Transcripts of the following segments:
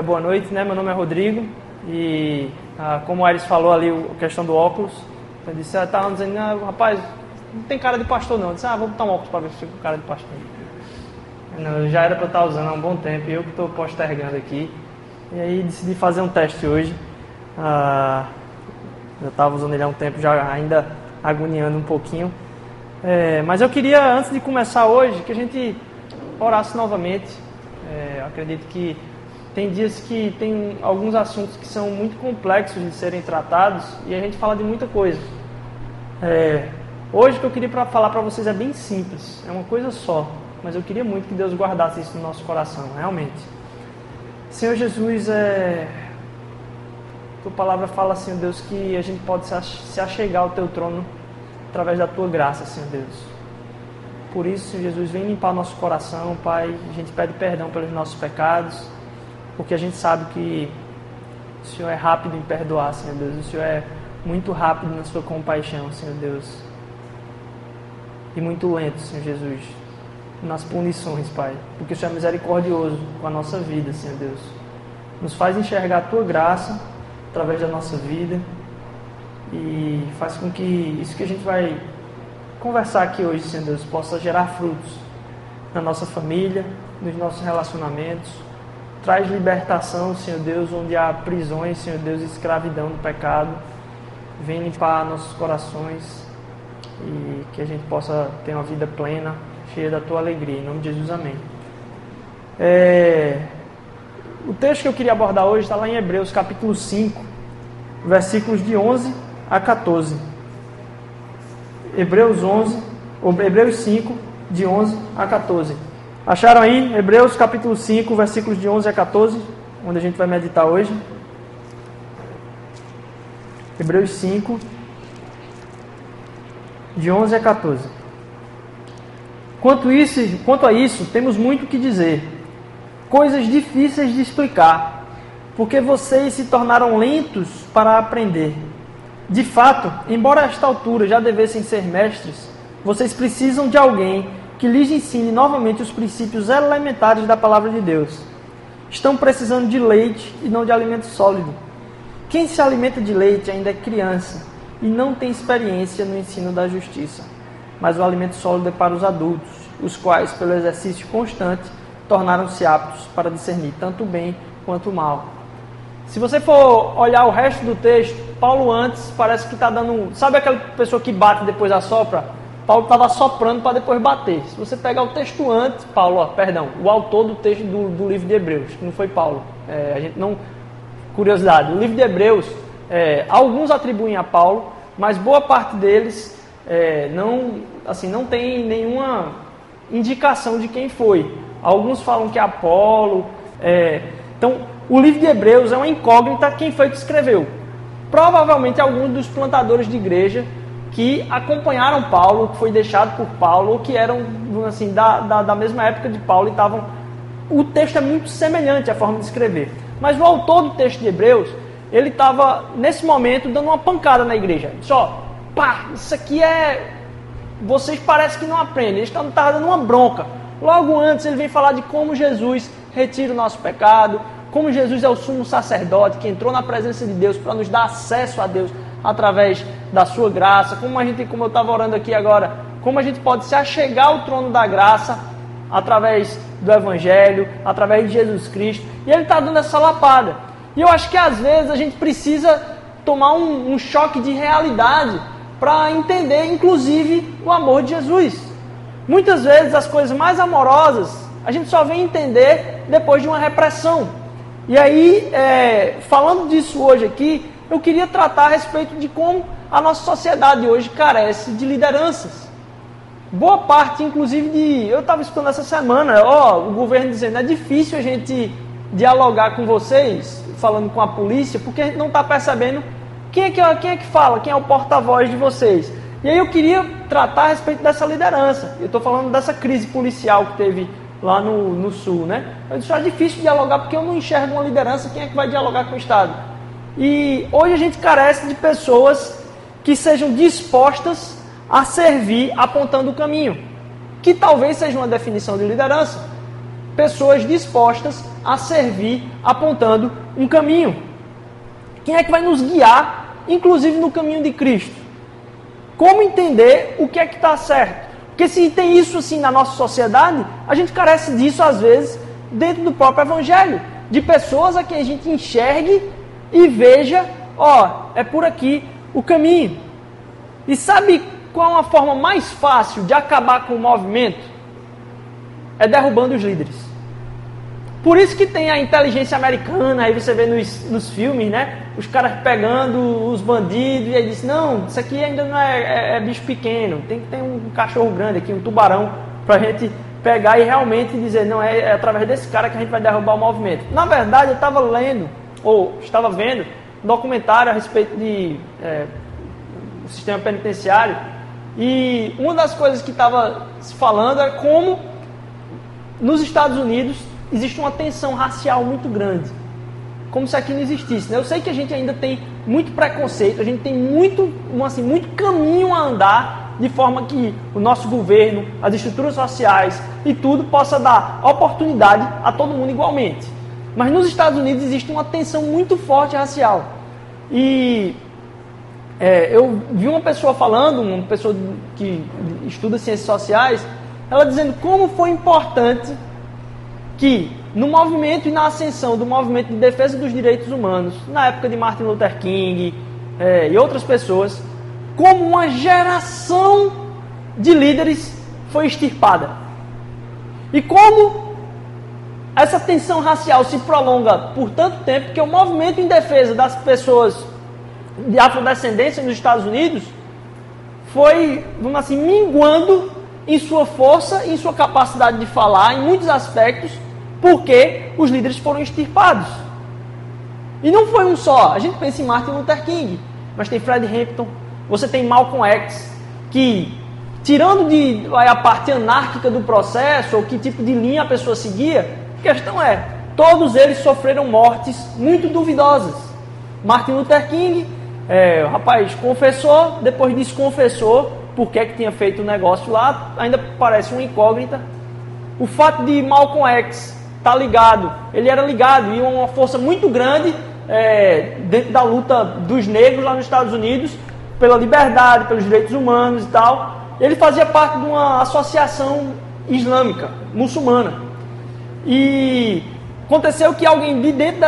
boa noite, né? Meu nome é Rodrigo e como o Aires falou ali, a questão do óculos, eu disse, estavam dizendo, rapaz, não tem cara de pastor não. Eu disse, vou botar um óculos para ver se fica com cara de pastor. Não, já era para eu estar usando há um bom tempo e eu que estou postergando aqui. E aí decidi fazer um teste hoje. Eu estava usando ele há um tempo, já ainda agoniando um pouquinho. Mas eu queria, antes de começar hoje, que a gente orasse novamente. Eu acredito que tem dias que tem alguns assuntos que são muito complexos de serem tratados e a gente fala de muita coisa. Hoje o que eu queria falar para vocês é bem simples, é uma coisa só, mas eu queria muito que Deus guardasse isso no nosso coração, realmente. Senhor Jesus, Tua palavra fala, Senhor Deus, que a gente pode se achegar ao Teu trono através da Tua graça, Senhor Deus. Por isso, Senhor Jesus, vem limpar nosso coração, Pai. A gente pede perdão pelos nossos pecados, porque a gente sabe que o Senhor é rápido em perdoar, Senhor Deus. O Senhor é muito rápido na sua compaixão, Senhor Deus. E muito lento, Senhor Jesus, nas punições, Pai. Porque o Senhor é misericordioso com a nossa vida, Senhor Deus. Nos faz enxergar a Tua graça através da nossa vida e faz com que isso que a gente vai conversar aqui hoje, Senhor Deus, possa gerar frutos na nossa família, nos nossos relacionamentos. Traz libertação, Senhor Deus, onde há prisões, Senhor Deus, escravidão do pecado. Vem limpar nossos corações e que a gente possa ter uma vida plena, cheia da Tua alegria. Em nome de Jesus, amém. O texto que eu queria abordar hoje está lá em Hebreus, capítulo 5, versículos de 11 a 14. Hebreus 5, de 11 a 14. Acharam aí? Hebreus capítulo 5, versículos de 11 a 14, onde a gente vai meditar hoje. Hebreus 5, de 11 a 14. Quanto a isso, temos muito o que dizer. Coisas difíceis de explicar, porque vocês se tornaram lentos para aprender. De fato, embora a esta altura já devessem ser mestres, vocês precisam de alguém que lhes ensine novamente os princípios elementares da palavra de Deus. Estão precisando de leite e não de alimento sólido. Quem se alimenta de leite ainda é criança e não tem experiência no ensino da justiça. Mas o alimento sólido é para os adultos, os quais, pelo exercício constante, tornaram-se aptos para discernir tanto o bem quanto o mal. Se você for olhar o resto do texto, Paulo antes parece que está dando... Sabe aquela pessoa que bate e depois assopra? Paulo estava soprando para depois bater. Se você pegar o texto antes, o autor do texto do livro de Hebreus, que não foi Paulo. Curiosidade, o livro de Hebreus, alguns atribuem a Paulo, mas boa parte deles não tem nenhuma indicação de quem foi. Alguns falam que é Apolo. Então, o livro de Hebreus é uma incógnita quem foi que escreveu. Provavelmente alguns dos plantadores de igreja que acompanharam Paulo, que foi deixado por Paulo, ou que eram assim, da mesma época de Paulo e estavam... O texto é muito semelhante à forma de escrever. Mas o autor do texto de Hebreus, ele estava, nesse momento, dando uma pancada na igreja. Disse, isso aqui vocês parecem que não aprendem. Ele estavam dando uma bronca. Logo antes, ele vem falar de como Jesus retira o nosso pecado, como Jesus é o sumo sacerdote que entrou na presença de Deus para nos dar acesso a Deus através da sua graça, como eu estava orando aqui agora, como a gente pode se achegar ao trono da graça através do Evangelho, através de Jesus Cristo, e ele está dando essa lapada. E eu acho que às vezes a gente precisa tomar um choque de realidade para entender, inclusive, o amor de Jesus. Muitas vezes as coisas mais amorosas a gente só vem entender depois de uma repressão. E aí, falando disso hoje aqui, eu queria tratar a respeito de como a nossa sociedade hoje carece de lideranças. Boa parte, inclusive, eu estava escutando essa semana, o governo dizendo, é difícil a gente dialogar com vocês, falando com a polícia, porque a gente não está percebendo quem é que fala, quem é o porta-voz de vocês. E aí eu queria tratar a respeito dessa liderança. Eu estou falando dessa crise policial que teve lá no Sul, né? Eu disse, é difícil dialogar porque eu não enxergo uma liderança, quem é que vai dialogar com o Estado? E hoje a gente carece de pessoas que sejam dispostas a servir apontando o caminho, que talvez seja uma definição de liderança. pessoas dispostas a servir, apontando um caminho. Quem é que vai nos guiar, inclusive no caminho de Cristo? Como entender o que é que está certo? Porque se tem isso assim na nossa sociedade, a gente carece disso às vezes dentro do próprio Evangelho. De pessoas a quem a gente enxergue e veja, é por aqui o caminho. E sabe qual é a forma mais fácil de acabar com o movimento? É derrubando os líderes. Por isso que tem a inteligência americana, aí você vê nos filmes, né? Os caras pegando os bandidos e aí diz, não, isso aqui ainda não é bicho pequeno, tem que ter um cachorro grande aqui, um tubarão, pra gente pegar e realmente dizer, não, é através desse cara que a gente vai derrubar o movimento. Na verdade, eu estava lendo, ou estava vendo, um documentário a respeito de o sistema penitenciário, e uma das coisas que estava se falando é como nos Estados Unidos existe uma tensão racial muito grande. Como se aqui não existisse, né? Eu sei que a gente ainda tem muito preconceito, a gente tem muito caminho a andar, de forma que o nosso governo, as estruturas sociais e tudo possa dar oportunidade a todo mundo igualmente. Mas nos Estados Unidos existe uma tensão muito forte racial. E eu vi uma pessoa falando, uma pessoa que estuda ciências sociais, ela dizendo como foi importante que no movimento e na ascensão do movimento de defesa dos direitos humanos, na época de Martin Luther King e outras pessoas, como uma geração de líderes foi extirpada. E como essa tensão racial se prolonga por tanto tempo, que o movimento em defesa das pessoas de afrodescendência nos Estados Unidos foi, vamos assim, minguando em sua força, em sua capacidade de falar, em muitos aspectos, porque os líderes foram extirpados. E não foi um só. A gente pensa em Martin Luther King, mas tem Fred Hampton, você tem Malcolm X, que, tirando a parte anárquica do processo, ou que tipo de linha a pessoa seguia, a questão é, todos eles sofreram mortes muito duvidosas. Martin Luther King, o rapaz confessou, depois desconfessou, por que tinha feito o negócio lá, ainda parece uma incógnita. O fato de Malcolm X estar ligado, ele era ligado e uma força muito grande dentro da luta dos negros lá nos Estados Unidos, pela liberdade, pelos direitos humanos e tal. Ele fazia parte de uma associação islâmica, muçulmana. E aconteceu que alguém de dentro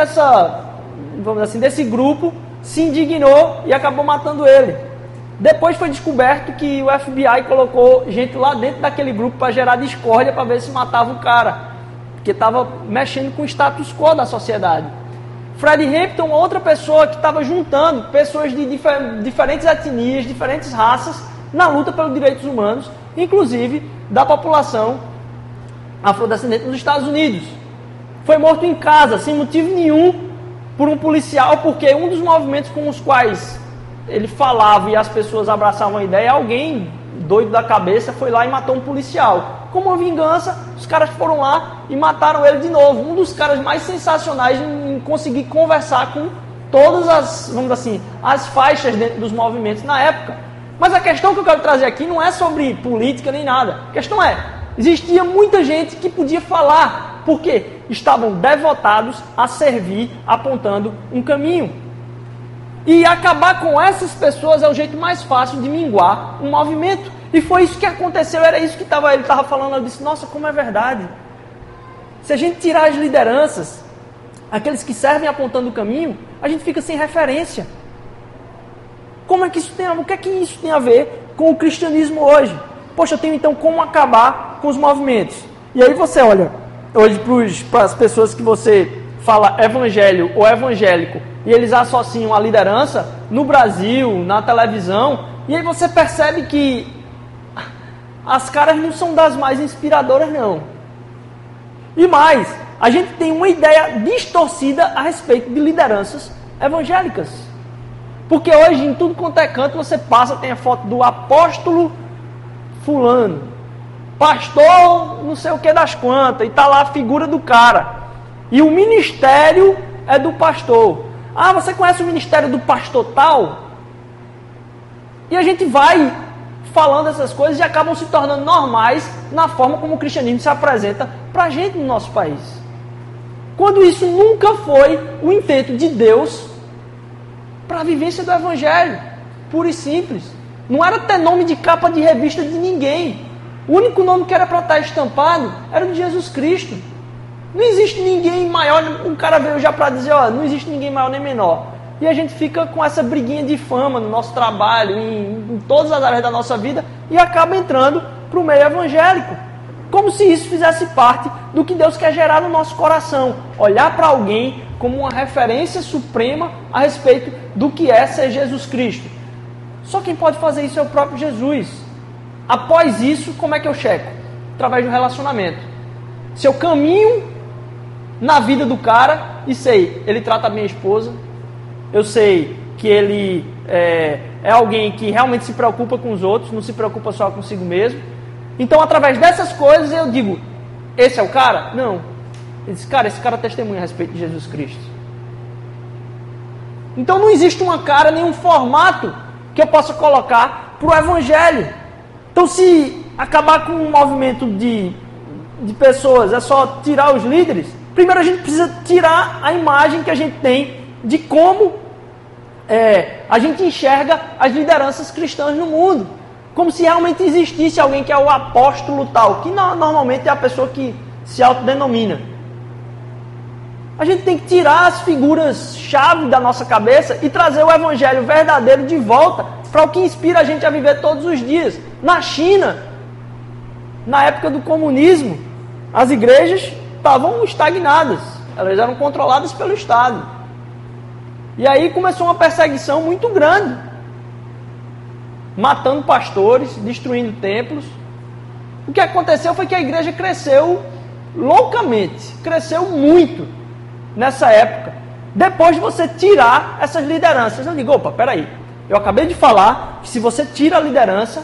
desse grupo se indignou e acabou matando ele. Depois foi descoberto que o FBI colocou gente lá dentro daquele grupo para gerar discórdia, para ver se matava o cara, porque estava mexendo com o status quo da sociedade. Fred Hampton, outra pessoa que estava juntando pessoas de diferentes etnias, diferentes raças, na luta pelos direitos humanos, inclusive da população afrodescendente nos Estados Unidos. Foi morto em casa, sem motivo nenhum, por um policial, porque um dos movimentos com os quais ele falava e as pessoas abraçavam a ideia, alguém doido da cabeça foi lá e matou um policial. Como uma vingança, os caras foram lá e mataram ele de novo. Um dos caras mais sensacionais em conseguir conversar com todas as, vamos dizer assim, as faixas dentro dos movimentos na época. Mas a questão que eu quero trazer aqui não é sobre política nem nada. A questão é, existia muita gente que podia falar, porque estavam devotados a servir, apontando um caminho. E acabar com essas pessoas é o jeito mais fácil de minguar um movimento. E foi isso que aconteceu, era isso que ele estava falando. Eu disse, nossa, como é verdade. Se a gente tirar as lideranças, aqueles que servem apontando o caminho, a gente fica sem referência. Como é que isso tem a ver? O que é que isso tem a ver com o cristianismo hoje? Poxa, eu tenho então como acabar com os movimentos. E aí você olha hoje para as pessoas que você fala evangelho ou evangélico, e eles associam a liderança no Brasil, na televisão, e aí você percebe que as caras não são das mais inspiradoras, não. E mais, a gente tem uma ideia distorcida a respeito de lideranças evangélicas. Porque hoje, em tudo quanto é canto, você passa, tem a foto do apóstolo fulano, pastor não sei o que das quantas, e está lá a figura do cara. E o ministério é do pastor. Ah, você conhece o ministério do pastor tal? E a gente vai falando essas coisas e acabam se tornando normais na forma como o cristianismo se apresenta para a gente no nosso país. Quando isso nunca foi o intento de Deus para a vivência do Evangelho, puro e simples. Não era ter nome de capa de revista de ninguém. O único nome que era para estar estampado era o de Jesus Cristo. Não existe ninguém maior, um cara veio já para dizer, ó, não existe ninguém maior nem menor. E a gente fica com essa briguinha de fama no nosso trabalho, em todas as áreas da nossa vida, e acaba entrando para o meio evangélico. Como se isso fizesse parte do que Deus quer gerar no nosso coração. Olhar para alguém como uma referência suprema a respeito do que é ser Jesus Cristo. Só quem pode fazer isso é o próprio Jesus. Após isso, como é que eu checo? Através do relacionamento. Se eu caminho na vida do cara e sei, ele trata bem a esposa, eu sei que ele é alguém que realmente se preocupa com os outros, não se preocupa só consigo mesmo. Então, através dessas coisas, eu digo, esse é o cara? Não. Esse cara testemunha a respeito de Jesus Cristo. Então, não existe uma cara, nenhum formato que eu possa colocar para o Evangelho. Então, se acabar com um movimento de pessoas, é só tirar os líderes, primeiro a gente precisa tirar a imagem que a gente tem de como a gente enxerga as lideranças cristãs no mundo. Como se realmente existisse alguém que é o apóstolo tal, que normalmente é a pessoa que se autodenomina. A gente tem que tirar as figuras-chave da nossa cabeça e trazer o evangelho verdadeiro de volta para o que inspira a gente a viver todos os dias. Na China, na época do comunismo, as igrejas estavam estagnadas. Elas eram controladas pelo Estado. E aí começou uma perseguição muito grande. Matando pastores, destruindo templos. O que aconteceu foi que a igreja cresceu loucamente. Cresceu muito nessa época. Depois de você tirar essas lideranças. Eu digo, opa, peraí. Eu acabei de falar que se você tira a liderança,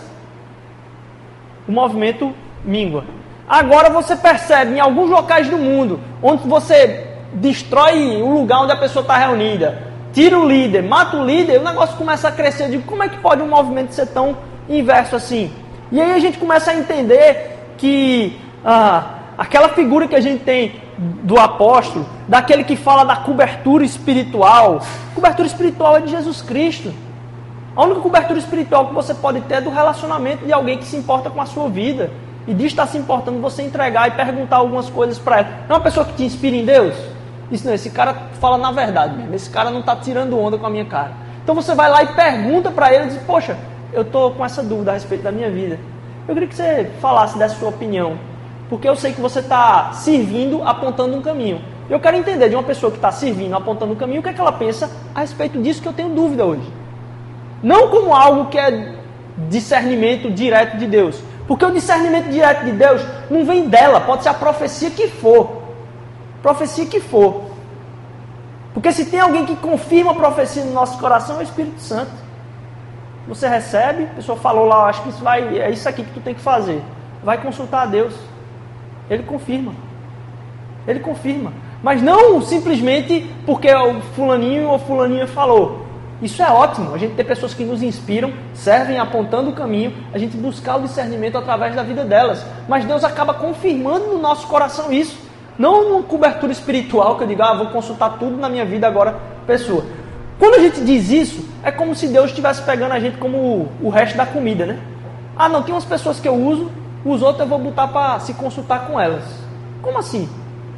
o movimento mingua. Agora você percebe em alguns locais do mundo, onde você destrói o lugar onde a pessoa está reunida, tira o líder, mata o líder, o negócio começa a crescer. Eu digo, como é que pode um movimento ser tão inverso assim? E aí a gente começa a entender que aquela figura que a gente tem do apóstolo, daquele que fala da cobertura espiritual é de Jesus Cristo. A única cobertura espiritual que você pode ter é do relacionamento de alguém que se importa com a sua vida. E disso está se importando você entregar e perguntar algumas coisas para ela. Não é uma pessoa que te inspira em Deus? Isso não, esse cara fala na verdade mesmo. Esse cara não está tirando onda com a minha cara. Então você vai lá e pergunta para ele e diz, poxa, eu estou com essa dúvida a respeito da minha vida. Eu queria que você falasse dessa sua opinião. Porque eu sei que você está servindo, apontando um caminho. Eu quero entender de uma pessoa que está servindo, apontando um caminho, o que é que ela pensa a respeito disso que eu tenho dúvida hoje. Não como algo que é discernimento direto de Deus. Porque o discernimento direto de Deus não vem dela, pode ser a profecia que for. Profecia que for. Porque se tem alguém que confirma a profecia no nosso coração, é o Espírito Santo. Você recebe, a pessoa falou lá, acho que é isso aqui que tu tem que fazer. Vai consultar a Deus. Ele confirma. Ele confirma. Mas não simplesmente porque o fulaninho ou fulaninha falou. Isso é ótimo, a gente ter pessoas que nos inspiram, servem apontando o caminho, a gente buscar o discernimento através da vida delas. Mas Deus acaba confirmando no nosso coração isso. Não uma cobertura espiritual que eu digo, vou consultar tudo na minha vida agora, pessoa. Quando a gente diz isso, é como se Deus estivesse pegando a gente como o resto da comida, né? Não, tem umas pessoas que eu uso, os outros eu vou botar para se consultar com elas. Como assim?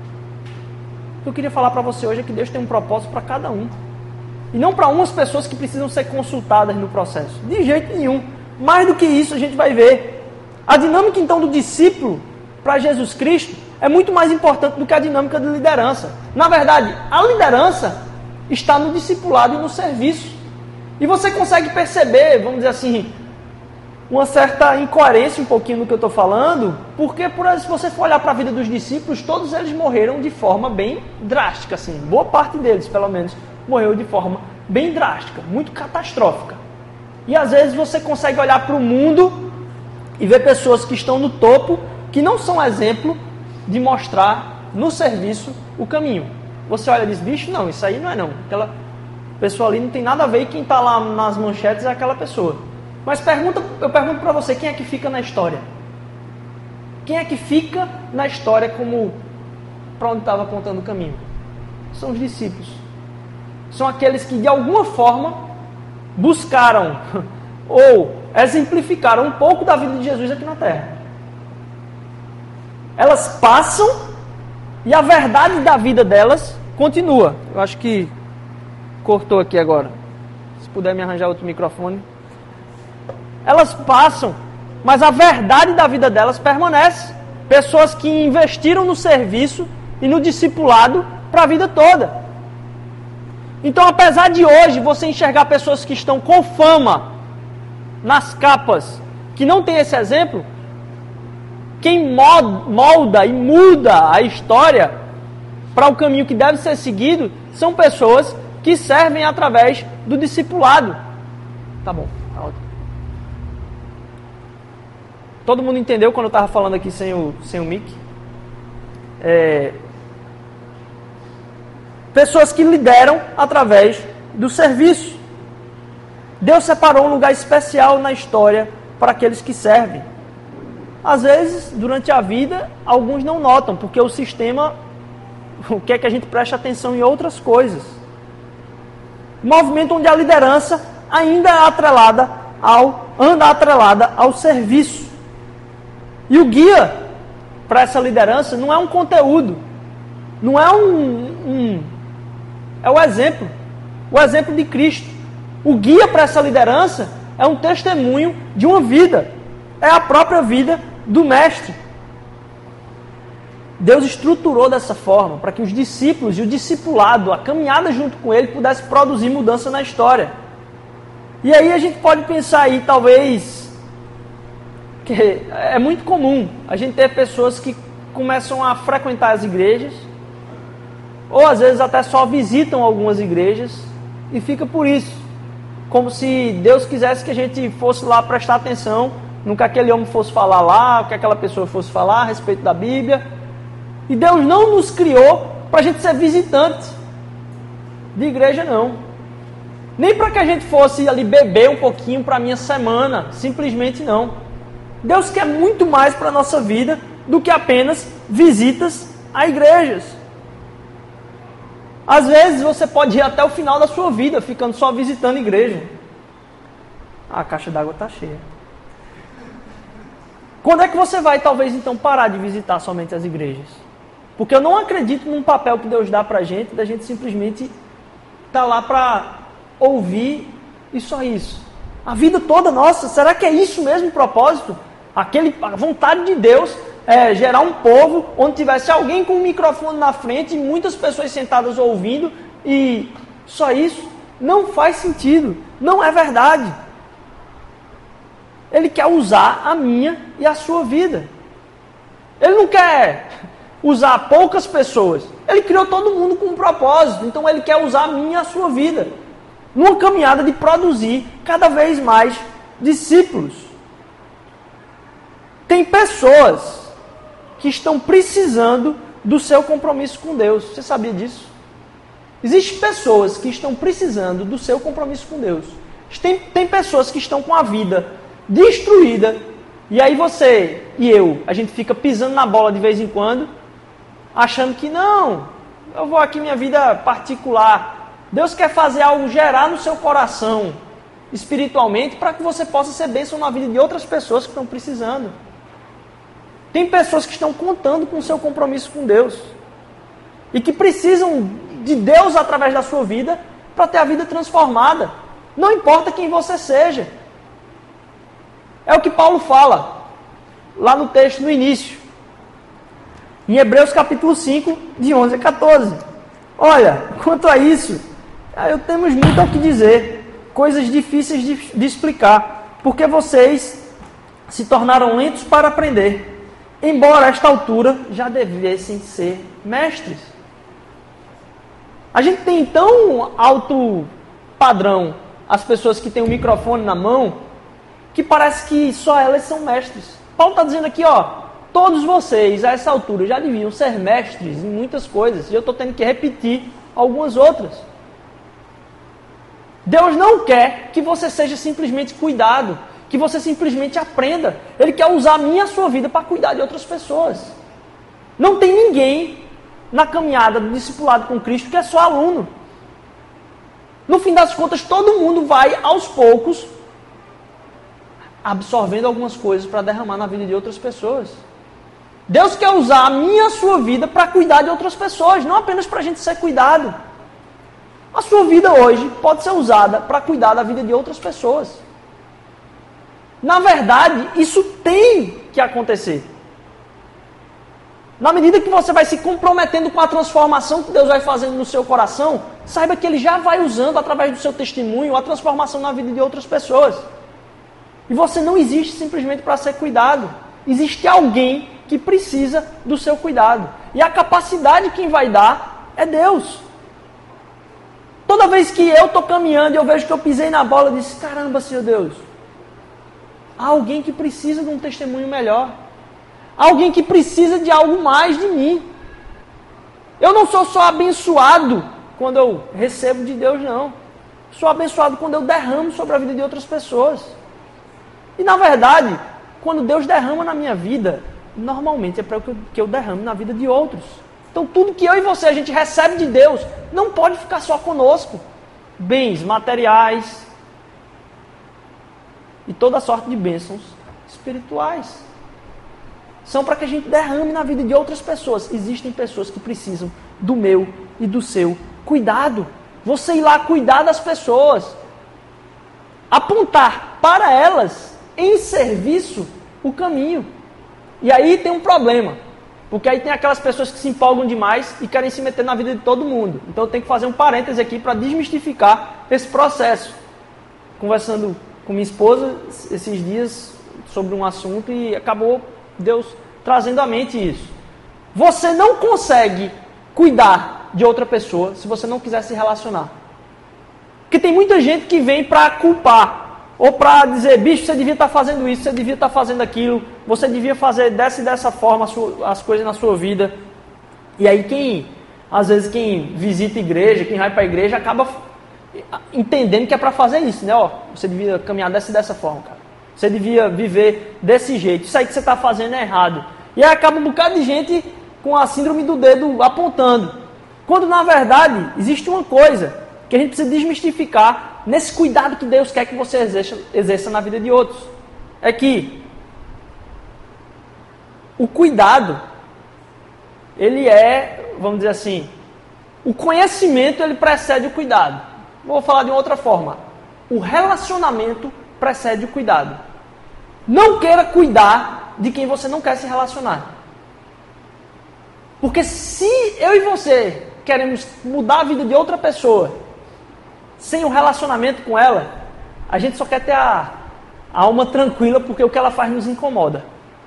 O que eu queria falar para você hoje é que Deus tem um propósito para cada um. E não para umas pessoas que precisam ser consultadas no processo. De jeito nenhum. Mais do que isso, a gente vai ver. A dinâmica, então, do discípulo para Jesus Cristo é muito mais importante do que a dinâmica de liderança. Na verdade, a liderança está no discipulado e no serviço. E você consegue perceber, vamos dizer assim, uma certa incoerência um pouquinho no que eu estou falando, porque se você for olhar para a vida dos discípulos, todos eles morreram de forma bem drástica, assim. Boa parte deles, pelo menos, morreu de forma bem drástica, muito catastrófica. E às vezes você consegue olhar para o mundo e ver pessoas que estão no topo, que não são exemplo de mostrar no serviço o caminho. Você olha e diz, bicho, não, isso aí não é não. Aquela pessoa ali não tem nada a ver e quem está lá nas manchetes é aquela pessoa. Mas eu pergunto para você, quem é que fica na história? Quem é que fica na história como para onde estava apontando o caminho? São os discípulos. São aqueles que de alguma forma buscaram ou exemplificaram um pouco da vida de Jesus aqui na Terra. Elas passam e a verdade da vida delas continua. Eu acho que cortou aqui agora. Se puder me arranjar outro microfone. Elas passam, mas a verdade da vida delas permanece. Pessoas que investiram no serviço e no discipulado para a vida toda. Então, apesar de hoje você enxergar pessoas que estão com fama nas capas, que não tem esse exemplo, quem molda e muda a história para o caminho que deve ser seguido são pessoas que servem através do discipulado. Tá bom. Todo mundo entendeu quando eu estava falando aqui sem o mic? Pessoas que lideram através do serviço. Deus separou um lugar especial na história para aqueles que servem. Às vezes, durante a vida, alguns não notam, porque o sistema quer que a gente preste atenção em outras coisas. Movimento onde a liderança ainda é anda atrelada ao serviço. E o guia para essa liderança não é um conteúdo, não é é o exemplo de Cristo. O guia para essa liderança é um testemunho de uma vida, é a própria vida do Mestre. Deus estruturou dessa forma para que os discípulos e o discipulado, a caminhada junto com ele, pudesse produzir mudança na história. E aí a gente pode pensar aí, talvez, que é muito comum a gente ter pessoas que começam a frequentar as igrejas, ou às vezes até só visitam algumas igrejas, e fica por isso, como se Deus quisesse que a gente fosse lá prestar atenção no que aquele homem fosse falar lá, o que aquela pessoa fosse falar a respeito da Bíblia. E Deus não nos criou para a gente ser visitante de igreja, não. Nem para que a gente fosse ali beber um pouquinho para a minha semana, simplesmente não. Deus quer muito mais para a nossa vida do que apenas visitas a igrejas. Às vezes você pode ir até o final da sua vida ficando só visitando igreja. A caixa d'água está cheia. Quando é que você vai, talvez, então, parar de visitar somente as igrejas? Porque eu não acredito num papel que Deus dá pra gente, da gente simplesmente estar lá para ouvir e só isso. A vida toda nossa, será que é isso mesmo o propósito? A vontade de Deus é gerar um povo onde tivesse alguém com um microfone na frente e muitas pessoas sentadas ouvindo e só isso? Não faz sentido, não é verdade. Ele quer usar a minha e a sua vida. Ele não quer usar poucas pessoas. Ele criou todo mundo com um propósito. Então ele quer usar a minha e a sua vida numa caminhada de produzir cada vez mais discípulos. Tem pessoas que estão precisando do seu compromisso com Deus. Você sabia disso? Existem pessoas que estão precisando do seu compromisso com Deus. Tem pessoas que estão com a vida destruída, e aí você e eu, a gente fica pisando na bola de vez em quando, achando que não, eu vou aqui minha vida particular. Deus quer fazer algo gerar no seu coração, espiritualmente, para que você possa ser bênção na vida de outras pessoas que estão precisando. Tem pessoas que estão contando com o seu compromisso com Deus, e que precisam de Deus através da sua vida, para ter a vida transformada. Não importa quem você seja. É o que Paulo fala, lá no texto, no início. Em Hebreus capítulo 5, de 11 a 14. Olha, quanto a isso, temos muito ao que dizer. Coisas difíceis de explicar. Porque vocês se tornaram lentos para aprender. Embora a esta altura já devessem ser mestres. A gente tem tão alto padrão as pessoas que têm o microfone na mão, que parece que só elas são mestres. Paulo está dizendo aqui, todos vocês, a essa altura, já deviam ser mestres em muitas coisas. E eu estou tendo que repetir algumas outras. Deus não quer que você seja simplesmente cuidado, que você simplesmente aprenda. Ele quer usar a minha e a sua vida para cuidar de outras pessoas. Não tem ninguém na caminhada do discipulado com Cristo que é só aluno. No fim das contas, todo mundo vai, aos poucos, absorvendo algumas coisas para derramar na vida de outras pessoas. Deus quer usar a minha e a sua vida para cuidar de outras pessoas, não apenas para a gente ser cuidado. A sua vida hoje pode ser usada para cuidar da vida de outras pessoas. Na verdade, isso tem que acontecer. Na medida que você vai se comprometendo com a transformação que Deus vai fazendo no seu coração, saiba que Ele já vai usando, através do seu testemunho, a transformação na vida de outras pessoas. E você não existe simplesmente para ser cuidado. Existe alguém que precisa do seu cuidado. E a capacidade quem vai dar é Deus. Toda vez que eu estou caminhando e eu vejo que eu pisei na bola, eu disse, caramba, Senhor Deus, há alguém que precisa de um testemunho melhor. Alguém que precisa de algo mais de mim. Eu não sou só abençoado quando eu recebo de Deus, não. Sou abençoado quando eu derramo sobre a vida de outras pessoas. E na verdade, quando Deus derrama na minha vida, normalmente é para que eu derrame na vida de outros. Então tudo que eu e você a gente recebe de Deus, não pode ficar só conosco. Bens materiais e toda sorte de bênçãos espirituais. São para que a gente derrame na vida de outras pessoas. Existem pessoas que precisam do meu e do seu cuidado. Você ir lá cuidar das pessoas. Apontar para elas, em serviço, o caminho. E aí tem um problema. Porque aí tem aquelas pessoas que se empolgam demais e querem se meter na vida de todo mundo. Então eu tenho que fazer um parêntese aqui para desmistificar esse processo. Conversando com minha esposa esses dias sobre um assunto e acabou Deus trazendo à mente isso. Você não consegue cuidar de outra pessoa se você não quiser se relacionar. Porque tem muita gente que vem para culpar, ou para dizer, bicho, você devia estar fazendo isso, você devia estar fazendo aquilo, você devia fazer dessa e dessa forma as coisas na sua vida. E aí às vezes quem visita a igreja, quem vai para a igreja, acaba entendendo que é para fazer isso, né? Ó, você devia caminhar dessa e dessa forma, cara. Você devia viver desse jeito. Isso aí que você está fazendo é errado. E aí acaba um bocado de gente com a síndrome do dedo apontando. Quando, na verdade, existe uma coisa que a gente precisa desmistificar nesse cuidado que Deus quer que você exerça na vida de outros. É que o cuidado, ele é, vamos dizer assim, o conhecimento ele precede o cuidado. Vou falar de uma outra forma. O relacionamento precede o cuidado. Não queira cuidar de quem você não quer se relacionar. Porque se eu e você queremos mudar a vida de outra pessoa sem um relacionamento com ela, a gente só quer ter a alma tranquila porque o que ela faz nos incomoda.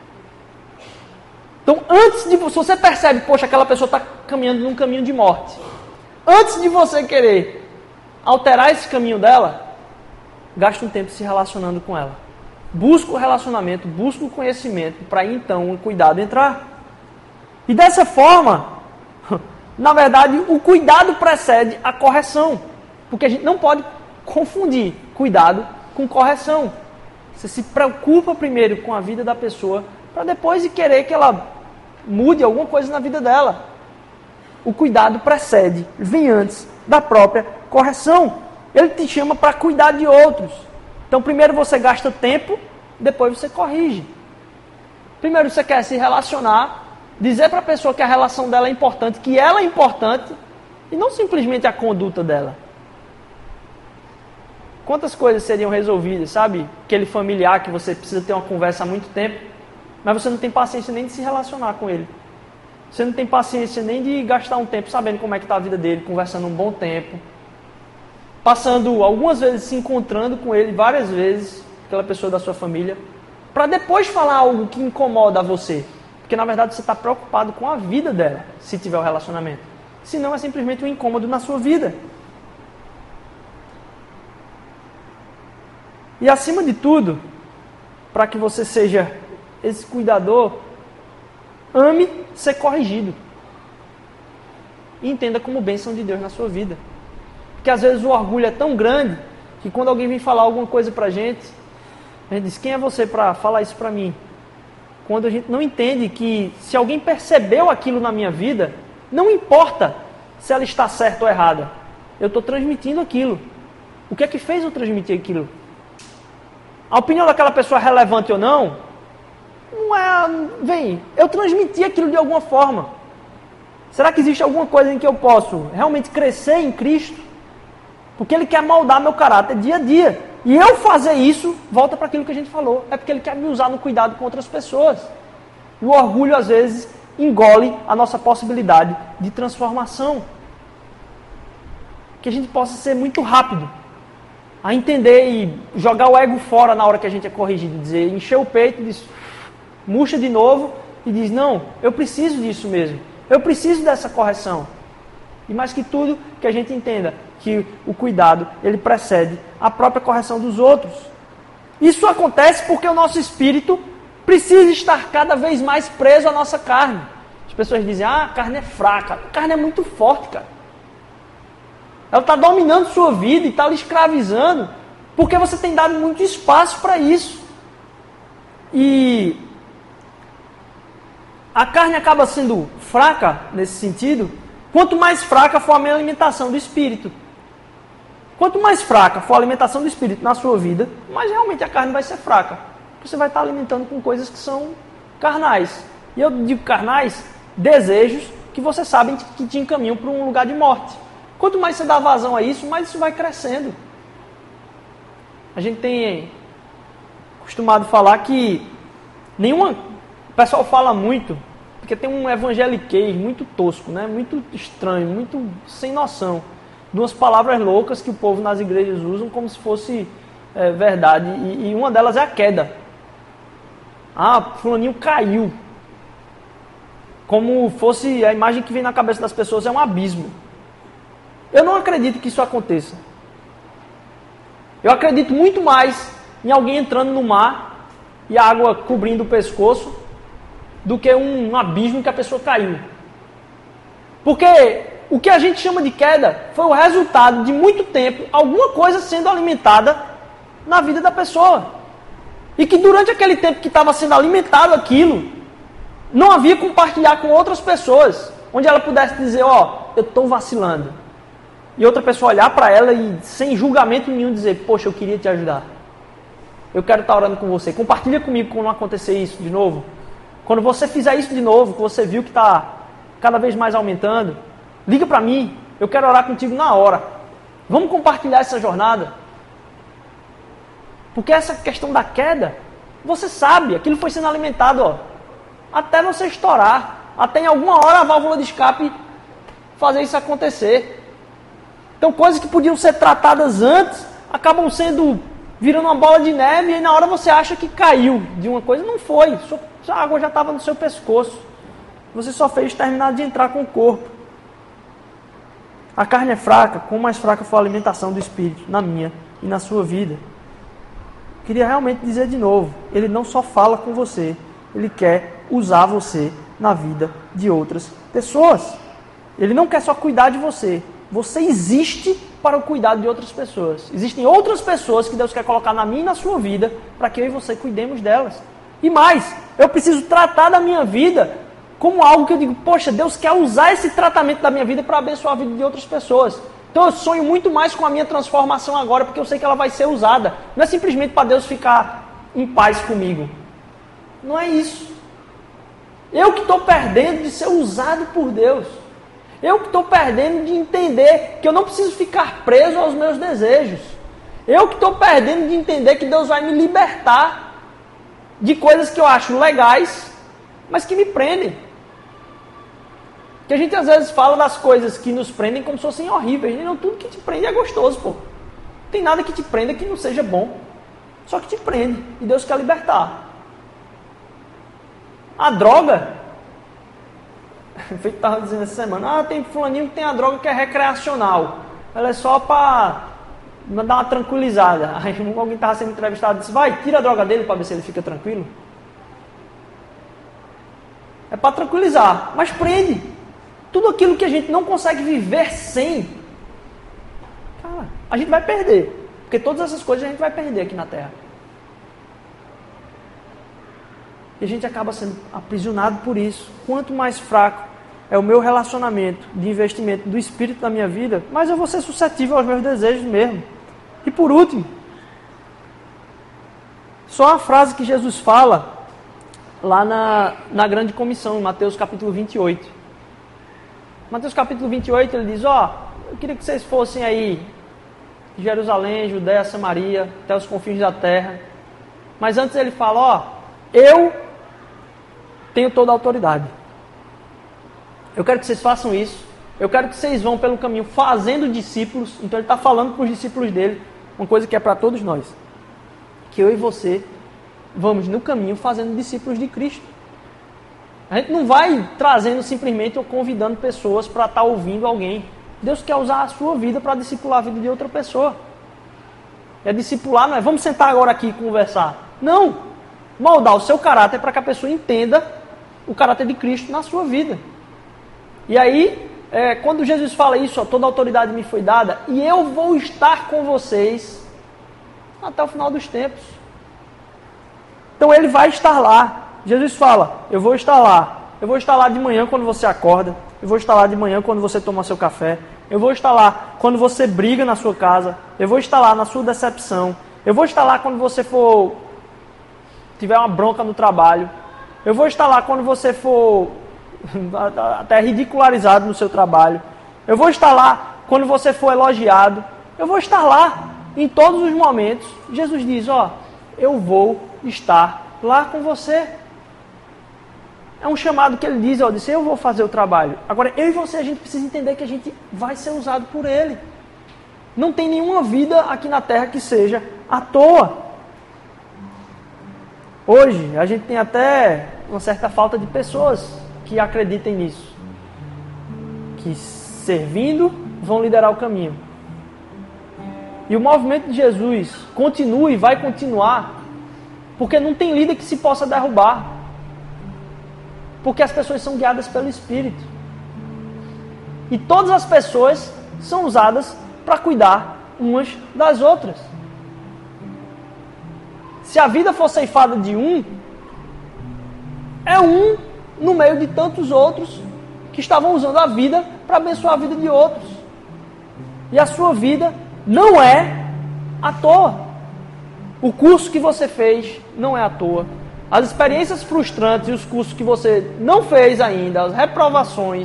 Então, se você percebe, poxa, aquela pessoa está caminhando num caminho de morte, antes de você querer alterar esse caminho dela, gaste um tempo se relacionando com ela. Busca o relacionamento, busca o conhecimento, para aí então o cuidado entrar. E dessa forma, na verdade, o cuidado precede a correção. Porque a gente não pode confundir cuidado com correção. Você se preocupa primeiro com a vida da pessoa, para depois querer que ela mude alguma coisa na vida dela. O cuidado precede, vem antes da própria correção. Ele te chama para cuidar de outros. Então, primeiro você gasta tempo, depois você corrige. Primeiro você quer se relacionar, dizer para a pessoa que a relação dela é importante, que ela é importante, e não simplesmente a conduta dela. Quantas coisas seriam resolvidas, sabe? Aquele familiar que você precisa ter uma conversa há muito tempo, mas você não tem paciência nem de se relacionar com ele. Você não tem paciência nem de gastar um tempo sabendo como é que está a vida dele, conversando um bom tempo, passando algumas vezes, se encontrando com ele várias vezes, aquela pessoa da sua família, para depois falar algo que incomoda você. Porque na verdade você está preocupado com a vida dela, se tiver o relacionamento. Senão é simplesmente um incômodo na sua vida. E acima de tudo, para que você seja esse cuidador, ame ser corrigido. E entenda como bênção de Deus na sua vida. Porque às vezes o orgulho é tão grande que quando alguém vem falar alguma coisa pra gente, A gente diz, quem é você para falar isso para mim? Quando a gente não entende que se alguém percebeu aquilo na minha vida, não importa se ela está certa ou errada. Eu estou transmitindo aquilo. O que é que fez eu transmitir aquilo? A opinião daquela pessoa é relevante ou não? Não é... Vem, eu transmiti aquilo de alguma forma. Será que existe alguma coisa em que eu posso realmente crescer em Cristo? Porque Ele quer moldar meu caráter dia a dia. E eu fazer isso, volta para aquilo que a gente falou. É porque Ele quer me usar no cuidado com outras pessoas. E o orgulho, às vezes, engole a nossa possibilidade de transformação. Que a gente possa ser muito rápido a entender e jogar o ego fora na hora que a gente é corrigido. Dizer, encher o peito, diz, murcha de novo e diz, não, eu preciso disso mesmo. Eu preciso dessa correção. E mais que tudo, que a gente entenda que o cuidado, ele precede a própria correção dos outros. Isso acontece porque o nosso espírito precisa estar cada vez mais preso à nossa carne. As pessoas dizem, a carne é fraca. A carne é muito forte, cara. Ela está dominando sua vida e está lhe escravizando, porque você tem dado muito espaço para isso. E a carne acaba sendo fraca nesse sentido, quanto mais fraca for a minha alimentação do espírito. Quanto mais fraca for a alimentação do espírito na sua vida, mais realmente a carne vai ser fraca. Você vai estar alimentando com coisas que são carnais. E eu digo carnais, desejos que você sabe que te encaminham para um lugar de morte. Quanto mais você dá vazão a isso, mais isso vai crescendo. A gente tem costumado falar que o pessoal fala muito, porque tem um evangeliquez muito tosco, né? Muito estranho, muito sem noção. Duas palavras loucas que o povo nas igrejas usam como se fosse verdade. E uma delas é a queda. Ah, fulaninho caiu. Como fosse a imagem que vem na cabeça das pessoas é um abismo. Eu não acredito que isso aconteça. Eu acredito muito mais em alguém entrando no mar e a água cobrindo o pescoço do que um abismo que a pessoa caiu. Porque o que a gente chama de queda foi o resultado de muito tempo, alguma coisa sendo alimentada na vida da pessoa. E que durante aquele tempo que estava sendo alimentado aquilo, não havia compartilhar com outras pessoas, onde ela pudesse dizer, eu estou vacilando. E outra pessoa olhar para ela e, sem julgamento nenhum, dizer, poxa, eu queria te ajudar. Eu quero estar orando com você. Compartilha comigo quando acontecer isso de novo. Quando você fizer isso de novo, que você viu que está cada vez mais aumentando, liga para mim. Eu quero orar contigo na hora. Vamos compartilhar essa jornada. Porque essa questão da queda, você sabe, aquilo foi sendo alimentado, até você estourar. Até em alguma hora a válvula de escape fazer isso acontecer. Então, coisas que podiam ser tratadas antes, acabam virando uma bola de neve, e aí na hora você acha que caiu de uma coisa. Não foi, a água já estava no seu pescoço. Você só fez terminar de entrar com o corpo. A carne é fraca, quanto mais fraca for a alimentação do espírito, na minha e na sua vida. Queria realmente dizer de novo, Ele não só fala com você, Ele quer usar você na vida de outras pessoas. Ele não quer só cuidar de você. Você existe para o cuidado de outras pessoas. Existem outras pessoas que Deus quer colocar na minha e na sua vida para que eu e você cuidemos delas. E mais, eu preciso tratar da minha vida como algo que eu digo, poxa, Deus quer usar esse tratamento da minha vida para abençoar a vida de outras pessoas. Então eu sonho muito mais com a minha transformação agora, porque eu sei que ela vai ser usada. Não é simplesmente para Deus ficar em paz comigo. Não é isso. Eu que estou perdendo de ser usado por Deus. Eu que estou perdendo de entender que eu não preciso ficar preso aos meus desejos. Eu que estou perdendo de entender que Deus vai me libertar de coisas que eu acho legais, mas que me prendem. Que a gente às vezes fala das coisas que nos prendem como se fossem horríveis. Não, tudo que te prende é gostoso, pô. Não tem nada que te prenda que não seja bom. Só que te prende. E Deus quer libertar. A droga... Feito estava dizendo essa semana, tem fulaninho que tem a droga que é recreacional. Ela é só para dar uma tranquilizada. Aí alguém estava sendo entrevistado e disse, vai, tira a droga dele para ver se ele fica tranquilo. É para tranquilizar, mas prende. Tudo aquilo que a gente não consegue viver sem, cara, a gente vai perder. Porque todas essas coisas a gente vai perder aqui na Terra. E a gente acaba sendo aprisionado por isso. Quanto mais fraco é o meu relacionamento de investimento do Espírito na minha vida, mais eu vou ser suscetível aos meus desejos mesmo. E por último, só uma frase que Jesus fala lá na grande comissão, em Mateus capítulo 28. Mateus capítulo 28, ele diz, eu queria que vocês fossem aí, Jerusalém, Judéia, Samaria, até os confins da terra. Mas antes ele fala, eu tenho toda a autoridade. Eu quero que vocês façam isso. Eu quero que vocês vão pelo caminho fazendo discípulos. Então ele está falando para os discípulos dele, uma coisa que é para todos nós. Que eu e você vamos no caminho fazendo discípulos de Cristo. A gente não vai trazendo simplesmente ou convidando pessoas para estar ouvindo alguém. Deus quer usar a sua vida para discipular a vida de outra pessoa. É discipular, não é vamos sentar agora aqui e conversar. Não! Moldar o seu caráter para que a pessoa entenda o caráter de Cristo na sua vida. E aí, quando Jesus fala isso, toda a autoridade me foi dada, e eu vou estar com vocês até o final dos tempos. Então ele vai estar lá. Jesus fala, eu vou estar lá. Eu vou estar lá de manhã quando você acorda. Eu vou estar lá de manhã quando você toma seu café. Eu vou estar lá quando você briga na sua casa. Eu vou estar lá na sua decepção. Eu vou estar lá quando você tiver uma bronca no trabalho. Eu vou estar lá quando você for até ridicularizado no seu trabalho. Eu vou estar lá quando você for elogiado. Eu vou estar lá em todos os momentos. Jesus diz, eu vou estar lá com você. É um chamado que ele diz, disse, eu vou fazer o trabalho. Agora, eu e você, a gente precisa entender que a gente vai ser usado por ele. Não tem nenhuma vida aqui na Terra que seja à toa. Hoje, a gente tem até uma certa falta de pessoas que acreditem nisso. Que servindo, vão liderar o caminho. E o movimento de Jesus continua e vai continuar, porque não tem líder que se possa derrubar. Porque as pessoas são guiadas pelo Espírito. E todas as pessoas são usadas para cuidar umas das outras. Se a vida for ceifada de um, é um no meio de tantos outros que estavam usando a vida para abençoar a vida de outros. E a sua vida não é à toa. O curso que você fez não é à toa. As experiências frustrantes e os cursos que você não fez ainda, as reprovações,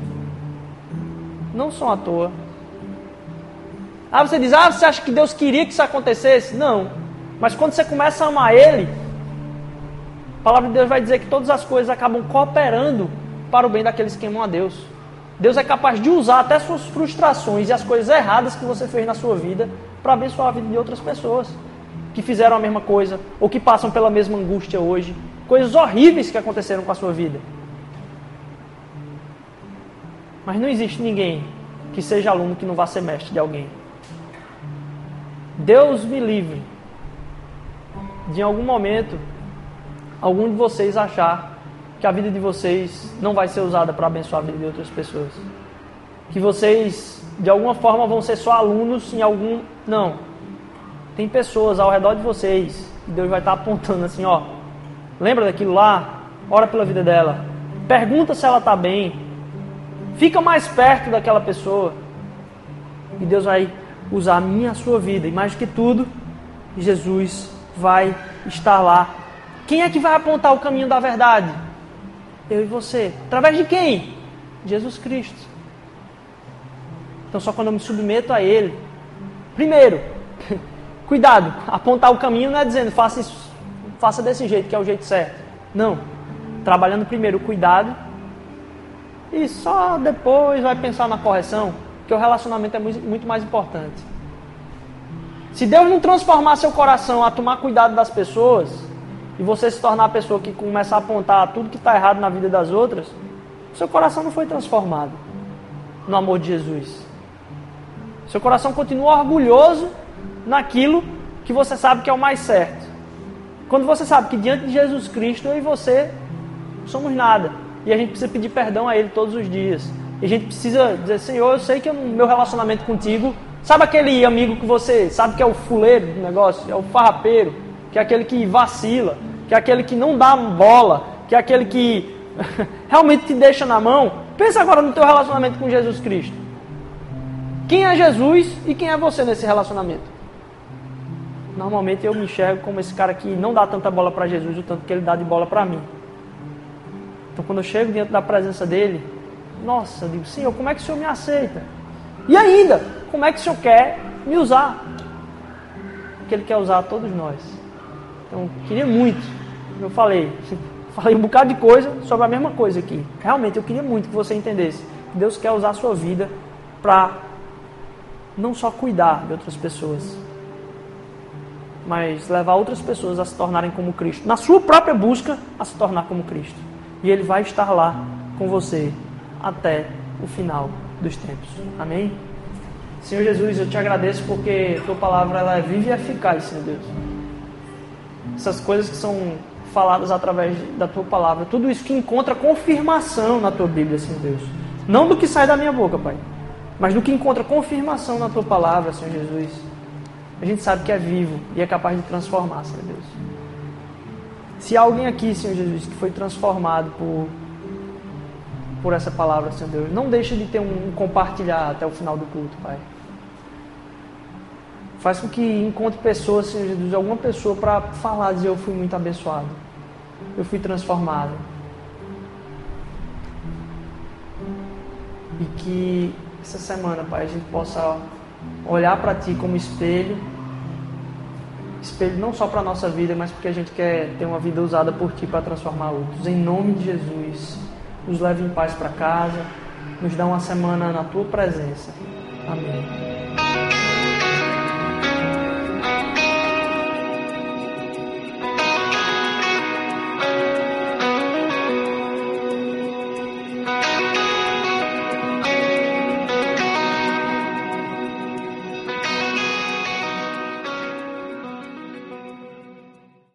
não são à toa. Você diz, você acha que Deus queria que isso acontecesse? Não. Mas quando você começa a amar Ele, a palavra de Deus vai dizer que todas as coisas acabam cooperando para o bem daqueles que amam a Deus. Deus é capaz de usar até suas frustrações e as coisas erradas que você fez na sua vida para abençoar a vida de outras pessoas que fizeram a mesma coisa, ou que passam pela mesma angústia hoje. Coisas horríveis que aconteceram com a sua vida. Mas não existe ninguém que seja aluno que não vá ser mestre de alguém. Deus me livre de, em algum momento, algum de vocês achar que a vida de vocês não vai ser usada para abençoar a vida de outras pessoas. Que vocês, de alguma forma, vão ser só alunos em algum... Não. Tem pessoas ao redor de vocês que Deus vai estar apontando assim, lembra daquilo lá? Ora pela vida dela. Pergunta se ela está bem. Fica mais perto daquela pessoa. E Deus vai usar a minha e a sua vida. E mais do que tudo, Jesus vai estar lá. Quem é que vai apontar o caminho da verdade? Eu e você. Através de quem? Jesus Cristo. Então só quando eu me submeto a Ele. Primeiro, cuidado, apontar o caminho não é dizendo faça isso, faça desse jeito, que é o jeito certo. Não. Trabalhando primeiro o cuidado e só depois vai pensar na correção, porque o relacionamento é muito mais importante. Se Deus não transformar seu coração a tomar cuidado das pessoas e você se tornar a pessoa que começa a apontar tudo que está errado na vida das outras, seu coração não foi transformado no amor de Jesus. Seu coração continua orgulhoso naquilo que você sabe que é o mais certo. Quando você sabe que diante de Jesus Cristo, eu e você somos nada. E a gente precisa pedir perdão a Ele todos os dias. E a gente precisa dizer, Senhor, eu sei que no meu relacionamento contigo, sabe aquele amigo que você sabe que é o fuleiro do negócio, é o farrapeiro, que é aquele que vacila, que é aquele que não dá bola, que é aquele que realmente te deixa na mão, pensa agora no teu relacionamento com Jesus Cristo. Quem é Jesus e quem é você nesse relacionamento? Normalmente eu me enxergo como esse cara que não dá tanta bola para Jesus, o tanto que ele dá de bola para mim. Então quando eu chego diante da presença dele, nossa, eu digo, Senhor, como é que o Senhor me aceita? E ainda, como é que o Senhor quer me usar? Porque Ele quer usar todos nós. Então, eu queria muito, eu falei um bocado de coisa sobre a mesma coisa aqui. Realmente, eu queria muito que você entendesse que Deus quer usar a sua vida para não só cuidar de outras pessoas, mas levar outras pessoas a se tornarem como Cristo, na sua própria busca a se tornar como Cristo. E Ele vai estar lá com você até o final dos tempos. Amém? Senhor Jesus, eu te agradeço porque a tua palavra ela é viva e eficaz, Senhor Deus. Essas coisas que são faladas através da tua palavra, tudo isso que encontra confirmação na tua Bíblia, Senhor Deus. Não do que sai da minha boca, Pai, mas do que encontra confirmação na tua palavra, Senhor Jesus. A gente sabe que é vivo e é capaz de transformar, Senhor Deus. Se há alguém aqui, Senhor Jesus, que foi transformado por essa palavra, Senhor Deus, não deixe de ter um compartilhar até o final do culto, Pai. Faz com que encontre pessoas, Senhor Jesus, alguma pessoa para falar, dizer, eu fui muito abençoado, eu fui transformado. E que essa semana, Pai, a gente possa olhar para Ti como espelho não só para a nossa vida, mas porque a gente quer ter uma vida usada por Ti para transformar outros. Em nome de Jesus, nos leve em paz para casa, nos dá uma semana na Tua presença. Amém.